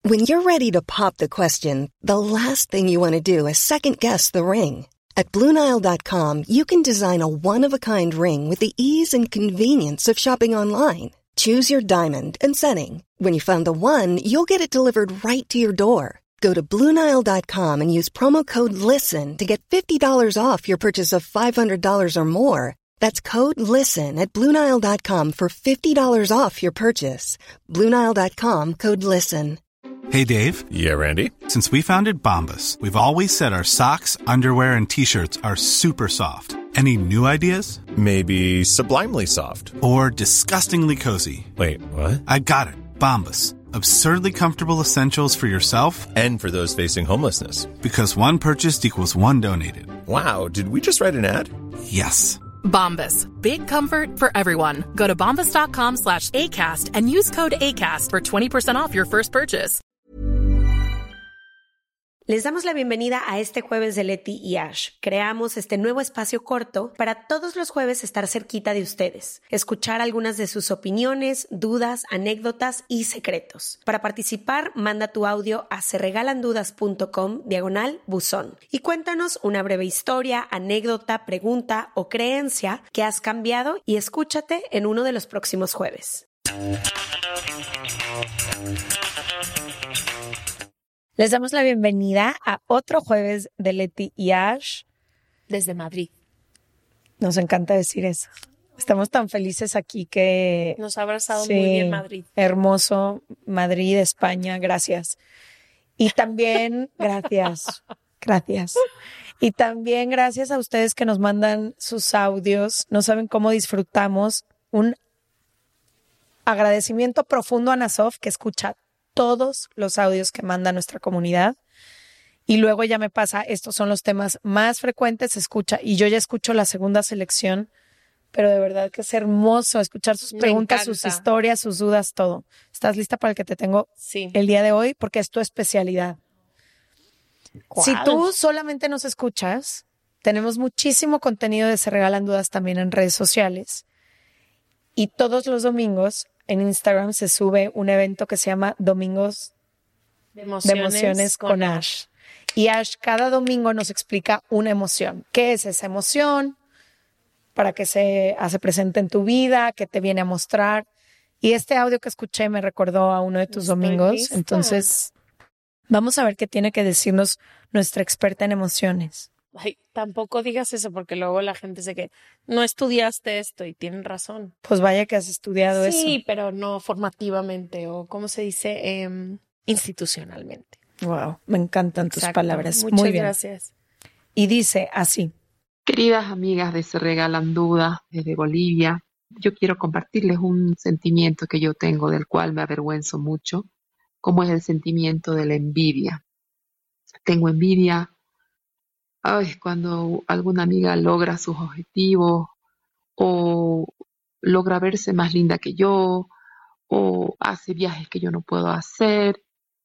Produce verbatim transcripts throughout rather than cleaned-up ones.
When you're ready to pop the question, the last thing you want to do is second-guess the ring. At Blue Nile dot com, you can design a one-of-a-kind ring with the ease and convenience of shopping online. Choose your diamond and setting. When you find the one, you'll get it delivered right to your door. Go to Blue Nile dot com and use promo code LISTEN to get fifty dollars off your purchase of five hundred dollars or more. That's code LISTEN at Blue Nile dot com for fifty dollars off your purchase. Blue Nile dot com, code LISTEN. Hey, Dave. Yeah, Randy? Since we founded Bombas, we've always said our socks, underwear, and T-shirts are super soft. Any new ideas? Maybe sublimely soft. Or disgustingly cozy. Wait, what? I got it. Bombas. Absurdly comfortable essentials for yourself and for those facing homelessness. Because one purchased equals one donated. Wow, did we just write an ad? Yes. Bombas. Big comfort for everyone. Go to bombas dot com slash ACAST and use code ACAST for twenty percent off your first purchase. Les damos la bienvenida a este jueves de Leti y Ash. Creamos este nuevo espacio corto para todos los jueves estar cerquita de ustedes, escuchar algunas de sus opiniones, dudas, anécdotas y secretos. Para participar, manda tu audio a serregalandudas.com diagonal buzón y cuéntanos una breve historia, anécdota, pregunta o creencia que has cambiado y escúchate en uno de los próximos jueves. Les damos la bienvenida a otro jueves de Leti y Ash. Desde Madrid. Nos encanta decir eso. Estamos tan felices aquí que... Nos ha abrazado sí, muy bien Madrid. Hermoso. Madrid, España, gracias. Y también, gracias, gracias. Y también gracias a ustedes que nos mandan sus audios. No saben cómo disfrutamos. Un agradecimiento profundo a Nasof, que escucha todos los audios que manda nuestra comunidad. Y luego ya me pasa, estos son los temas más frecuentes, escucha, y yo ya escucho la segunda selección, pero de verdad que es hermoso escuchar sus Me preguntas, encanta. sus historias, sus dudas, todo. ¿Estás lista para el que te tengo Sí. el día de hoy? Porque es tu especialidad. ¿Cuál? Si tú solamente nos escuchas, tenemos muchísimo contenido de Se Regalan Dudas también en redes sociales. Y todos los domingos en Instagram se sube un evento que se llama Domingos De de emociones, Emociones con Ash. Y Ash cada domingo nos explica una emoción. ¿Qué es esa emoción? ¿Para qué se hace presente en tu vida? ¿Qué te viene a mostrar? Y este audio que escuché me recordó a uno de tus Estoy domingos. lista. Entonces, vamos a ver qué tiene que decirnos nuestra experta en emociones. Ay, tampoco digas eso porque luego la gente se que no estudiaste esto y tienen razón. Pues vaya que has estudiado Sí, eso. pero no formativamente o, ¿cómo se dice? Em, institucionalmente. Wow, me encantan tus Exacto. palabras. Muchas Muy bien. gracias. Y dice así. Queridas amigas de Se Regalan Dudas desde Bolivia, yo quiero compartirles un sentimiento que yo tengo del cual me avergüenzo mucho, como es el sentimiento de la envidia. Tengo envidia ay, cuando alguna amiga logra sus objetivos o logra verse más linda que yo o hace viajes que yo no puedo hacer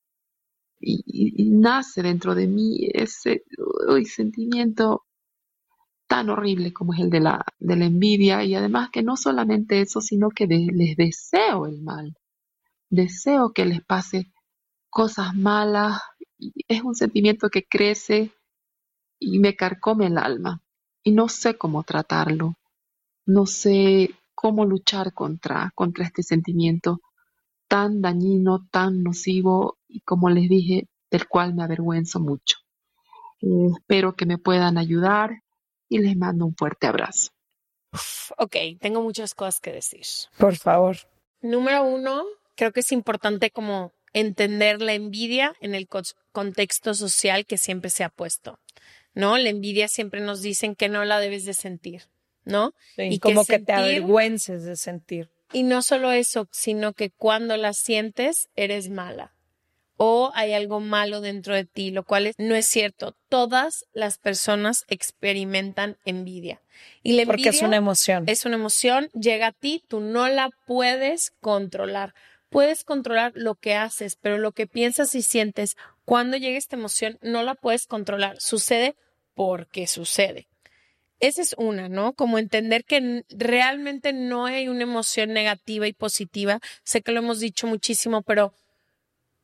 y, y- y nace dentro de mí ese uy, sentimiento tan horrible como es el de la, de la envidia y además que no solamente eso, sino que de- les deseo el mal, deseo que les pase cosas malas y es un sentimiento que crece y me carcome el alma y no sé cómo tratarlo, no sé cómo luchar contra, contra este sentimiento tan dañino, tan nocivo y como les dije, del cual me avergüenzo mucho. Eh, espero que me puedan ayudar y les mando un fuerte abrazo. Uf, ok, tengo muchas cosas que decir. Por favor. Número uno, creo que es importante como entender la envidia en el co- contexto social que siempre se ha puesto, ¿no? La envidia siempre nos dicen que no la debes de sentir, ¿no? Sí, Y como que que te sentir- avergüences de sentir. Y no solo eso, sino que cuando la sientes eres mala o hay algo malo dentro de ti, lo cual es- no es cierto. Todas las personas experimentan envidia. Y la Porque es envidia una emoción. es una emoción, llega a ti, tú no la puedes controlar. Puedes controlar lo que haces, pero lo que piensas y sientes cuando llega esta emoción no la puedes controlar. Sucede porque sucede. Esa es una, ¿no? Como entender que n- realmente no hay una emoción negativa y positiva. Sé que lo hemos dicho muchísimo, pero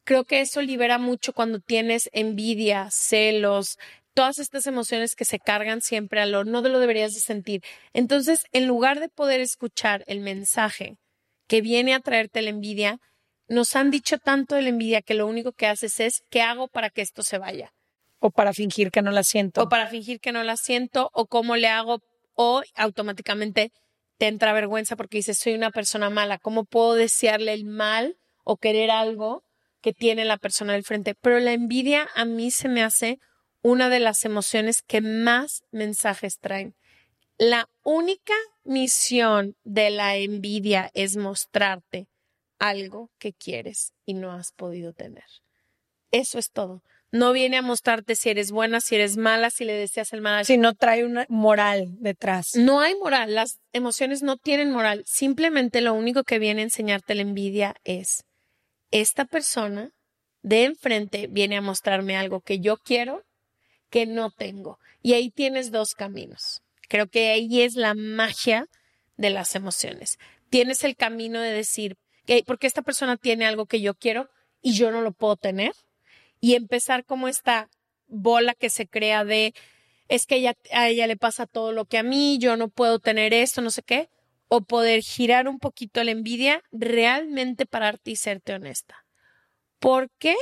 Creo que eso libera mucho cuando tienes envidia, celos, todas estas emociones que se cargan siempre a lo no te lo deberías de sentir. Entonces, en lugar de poder escuchar el mensaje que viene a traerte la envidia, nos han dicho tanto de la envidia que lo único que haces es ¿qué hago para que esto se vaya? O para fingir que no la siento. O para fingir que no la siento, o cómo le hago, o automáticamente te entra vergüenza porque dices, soy una persona mala. ¿Cómo puedo desearle el mal o querer algo que tiene la persona del frente? Pero la envidia a mí se me hace una de las emociones que más mensajes traen. La única misión de la envidia es mostrarte algo que quieres y no has podido tener. Eso es todo. No viene a mostrarte si eres buena, si eres mala, si le deseas el mal. Si no trae una moral detrás. No hay moral. Las emociones no tienen moral. Simplemente lo único que viene a enseñarte la envidia es esta persona de enfrente viene a mostrarme algo que yo quiero, que no tengo. Y ahí tienes dos caminos. Creo que ahí es la magia de las emociones. Tienes el camino de decir, porque esta persona tiene algo que yo quiero y yo no lo puedo tener. Y empezar como esta bola que se crea de, es que ella, a ella le pasa todo lo que a mí, yo no puedo tener esto, no sé qué. O poder girar un poquito la envidia, realmente pararte y serte honesta. ¿Por qué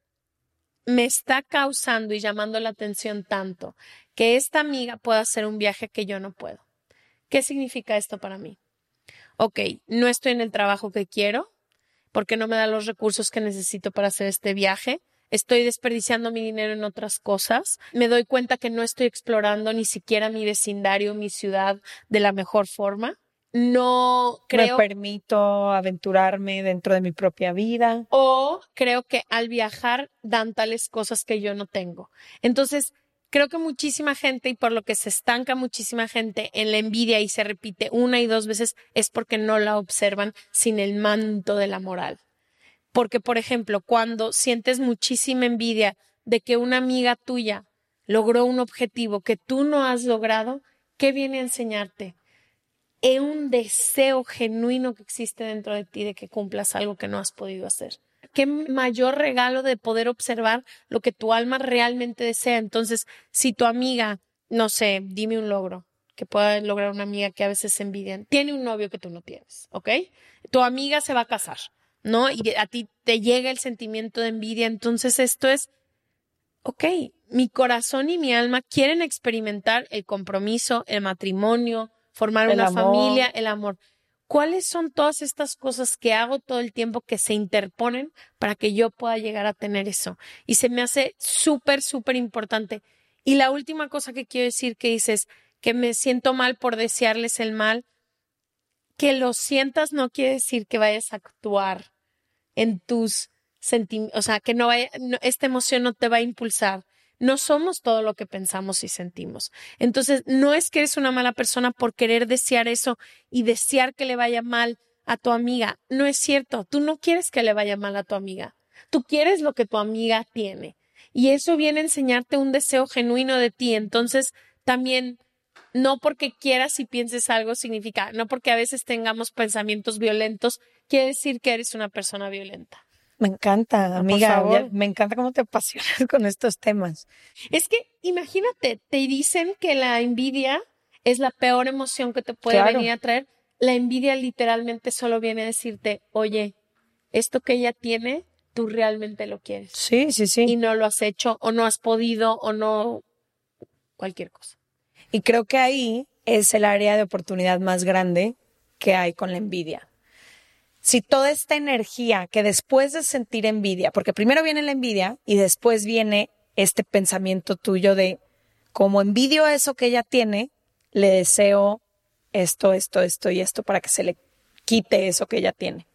me está causando y llamando la atención tanto que esta amiga pueda hacer un viaje que yo no puedo? ¿Qué significa esto para mí? Ok, no estoy en el trabajo que quiero porque no me da los recursos que necesito para hacer este viaje. Estoy desperdiciando mi dinero en otras cosas. Me doy cuenta que no estoy explorando ni siquiera mi vecindario, mi ciudad de la mejor forma. No creo... Me permito aventurarme dentro de mi propia vida. O creo que al viajar dan tales cosas que yo no tengo. Entonces, creo que muchísima gente, y por lo que se estanca muchísima gente en la envidia y se repite una y dos veces, es porque no la observan sin el manto de la moral. Porque, por ejemplo, cuando sientes muchísima envidia de que una amiga tuya logró un objetivo que tú no has logrado, ¿qué viene a enseñarte? Es un deseo genuino que existe dentro de ti de que cumplas algo que no has podido hacer. Qué mayor regalo de poder observar lo que tu alma realmente desea. Entonces, si tu amiga, no sé, dime un logro que pueda lograr una amiga que a veces se envidian, tiene un novio que tú no tienes, ¿ok? Tu amiga se va a casar, ¿no? Y a ti te llega el sentimiento de envidia. Entonces esto es, ok, mi corazón y mi alma quieren experimentar el compromiso, el matrimonio, formar El una amor. familia, el amor. ¿Cuáles son todas estas cosas que hago todo el tiempo que se interponen para que yo pueda llegar a tener eso? Y se me hace súper, súper importante. Y la última cosa que quiero decir que dices, que me siento mal por desearles el mal, que lo sientas no quiere decir que vayas a actuar en tus sentimientos, o sea, que no vaya, no, esta emoción no te va a impulsar. No somos todo lo que pensamos y sentimos. Entonces, no es que eres una mala persona por querer desear eso y desear que le vaya mal a tu amiga. No es cierto. Tú no quieres que le vaya mal a tu amiga. Tú quieres lo que tu amiga tiene. Y eso viene a enseñarte un deseo genuino de ti. Entonces, también, no porque quieras y pienses algo significa, no porque a veces tengamos pensamientos violentos, quiere decir que eres una persona violenta. Me encanta, Por amiga. favor. Ya- me encanta cómo te apasionas con estos temas. Es que, imagínate, te dicen que la envidia es la peor emoción que te puede Claro. venir a traer. La envidia literalmente solo viene a decirte, oye, esto que ella tiene, tú realmente lo quieres. Sí, sí, sí. Y no lo has hecho, o no has podido, o no, cualquier cosa. Y creo que ahí es el área de oportunidad más grande que hay con la envidia. Si toda esta energía que después de sentir envidia, porque primero viene la envidia y después viene este pensamiento tuyo de como envidio eso que ella tiene, le deseo esto, esto, esto y esto para que se le quite eso que ella tiene.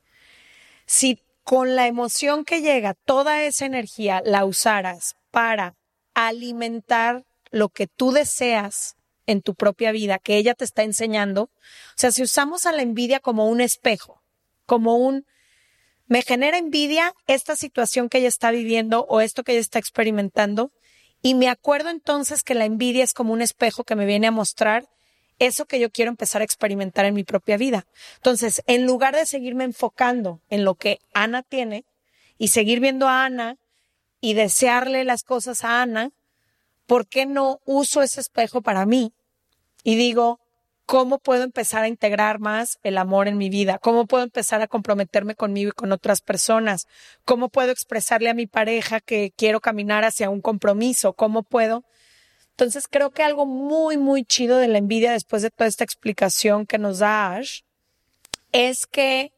Si con la emoción que llega, toda esa energía la usaras para alimentar lo que tú deseas en tu propia vida, que ella te está enseñando, o sea, si usamos a la envidia como un espejo, como un, me genera envidia esta situación que ella está viviendo o esto que ella está experimentando, y me acuerdo entonces que la envidia es como un espejo que me viene a mostrar eso que yo quiero empezar a experimentar en mi propia vida. Entonces, en lugar de seguirme enfocando en lo que Ana tiene y seguir viendo a Ana y desearle las cosas a Ana, ¿por qué no uso ese espejo para mí? Y digo, ¿cómo puedo empezar a integrar más el amor en mi vida? ¿Cómo puedo empezar a comprometerme conmigo y con otras personas? ¿Cómo puedo expresarle a mi pareja que quiero caminar hacia un compromiso? ¿Cómo puedo? Entonces creo que algo muy, muy chido de la envidia, después de toda esta explicación que nos da Ash, es que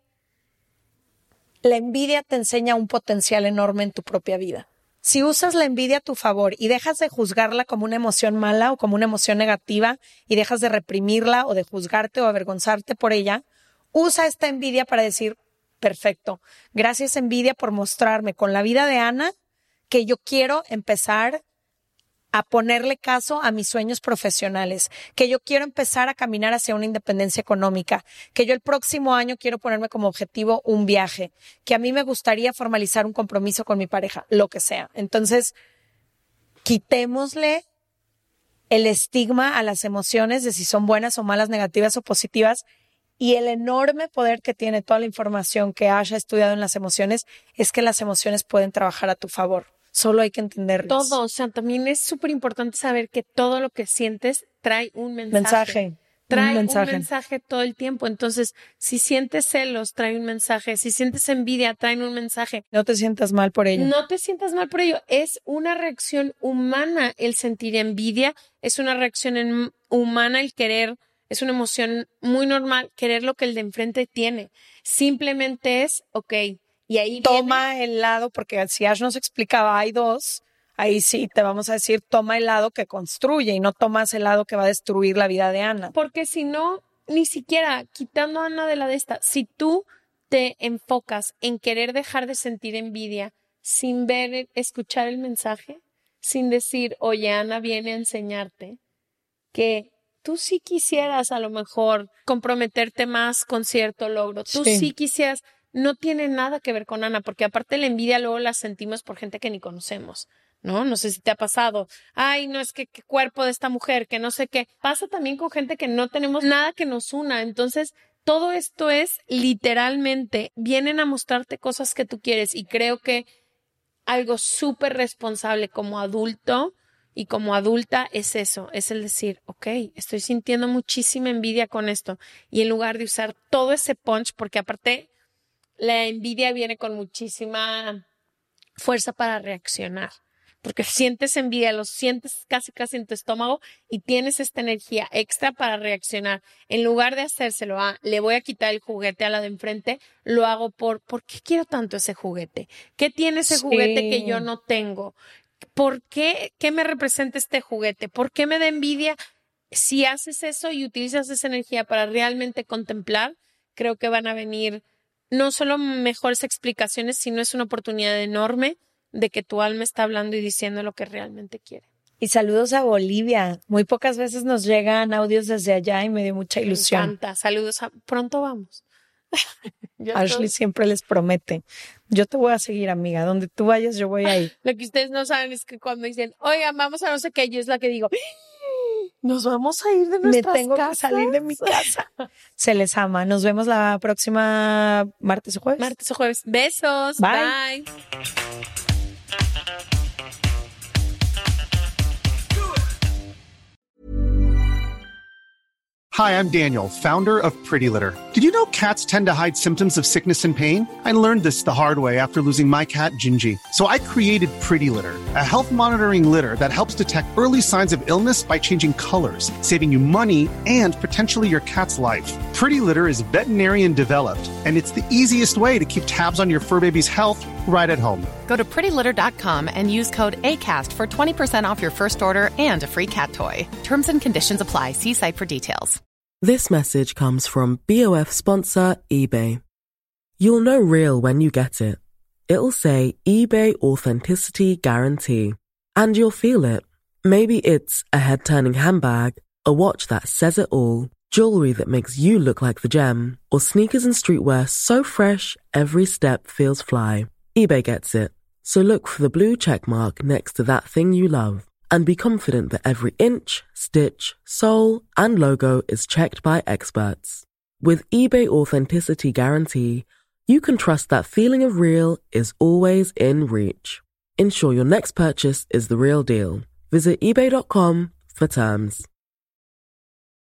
la envidia te enseña un potencial enorme en tu propia vida. Si usas la envidia a tu favor y dejas de juzgarla como una emoción mala o como una emoción negativa y dejas de reprimirla o de juzgarte o avergonzarte por ella, usa esta envidia para decir, perfecto, gracias envidia por mostrarme con la vida de Ana que yo quiero empezar a ponerle caso a mis sueños profesionales, que yo quiero empezar a caminar hacia una independencia económica, que yo el próximo año quiero ponerme como objetivo un viaje, que a mí me gustaría formalizar un compromiso con mi pareja, lo que sea. Entonces, quitémosle el estigma a las emociones de si son buenas o malas, negativas o positivas, y el enorme poder que tiene toda la información que haya estudiado en las emociones es que las emociones pueden trabajar a tu favor. Solo hay que entenderlas. Todo, o sea, también es súper importante saber que todo lo que sientes trae un mensaje. Mensaje. Trae un mensaje. un mensaje todo el tiempo. Entonces, si sientes celos, trae un mensaje. Si sientes envidia, traen un mensaje. No te sientas mal por ello. No te sientas mal por ello. Es una reacción humana el sentir envidia. Es una reacción en, humana el querer. Es una emoción muy normal querer lo que el de enfrente tiene. Simplemente es, ok, y ahí toma viene... el lado, porque si Ash nos explicaba, hay dos, ahí sí te vamos a decir, toma el lado que construye y no tomas el lado que va a destruir la vida de Ana. Porque si no, ni siquiera quitando a Ana de la de esta, si tú te enfocas en querer dejar de sentir envidia sin ver, escuchar el mensaje, sin decir, oye, Ana viene a enseñarte que tú sí quisieras a lo mejor comprometerte más con cierto logro, tú sí, sí quisieras... No tiene nada que ver con Ana, porque aparte la envidia luego la sentimos por gente que ni conocemos, ¿no? No sé si te ha pasado. Ay, no, es que qué cuerpo de esta mujer, que no sé qué. Pasa también con gente que no tenemos nada que nos una. Entonces, todo esto es literalmente, vienen a mostrarte cosas que tú quieres y creo que algo súper responsable como adulto y como adulta es eso, es el decir, ok, estoy sintiendo muchísima envidia con esto y en lugar de usar todo ese punch, porque aparte... La envidia viene con muchísima fuerza para reaccionar, porque sientes envidia, lo sientes casi casi en tu estómago y tienes esta energía extra para reaccionar. En lugar de hacérselo a, le voy a quitar el juguete a la de enfrente, lo hago por, ¿por qué quiero tanto ese juguete? ¿Qué tiene ese sí. juguete que yo no tengo? ¿Por qué? ¿Qué me representa este juguete? ¿Por qué me da envidia? Si haces eso y utilizas esa energía para realmente contemplar, creo que van a venir no solo mejores explicaciones, sino es una oportunidad enorme de que tu alma está hablando y diciendo lo que realmente quiere. Y saludos a Bolivia. Muy pocas veces nos llegan audios desde allá y me dio mucha ilusión. Me encanta. Saludos. A... Pronto vamos. Ashley estoy... siempre les promete. Yo te voy a seguir, amiga. Donde tú vayas, yo voy a ir. Lo que ustedes no saben es que cuando dicen, oigan, vamos a no sé qué, yo es la que digo... Nos vamos a ir de nuestras Me tengo casas. que salir de mi casa. Se les ama. Nos vemos la próxima martes o jueves. Martes o jueves. Besos. Bye. Bye. Hi, I'm Daniel, founder of Pretty Litter. Did you know cats tend to hide symptoms of sickness and pain? I learned this the hard way after losing my cat, Gingy. So I created Pretty Litter, a health monitoring litter that helps detect early signs of illness by changing colors, saving you money and potentially your cat's life. Pretty Litter is veterinarian developed, and it's the easiest way to keep tabs on your fur baby's health right at home. Go to pretty litter dot com and use code ACAST for twenty percent off your first order and a free cat toy. Terms and conditions apply. See site for details. This message comes from B O F sponsor eBay. You'll know real when you get it. It'll say eBay Authenticity Guarantee. And you'll feel it. Maybe it's a head-turning handbag, a watch that says it all, jewelry that makes you look like the gem, or sneakers and streetwear so fresh every step feels fly. eBay gets it. So look for the blue check mark next to that thing you love. And be confident that every inch, stitch, sole, and logo is checked by experts. With eBay Authenticity Guarantee, you can trust that feeling of real is always in reach. Ensure your next purchase is the real deal. Visit ebay dot com for terms.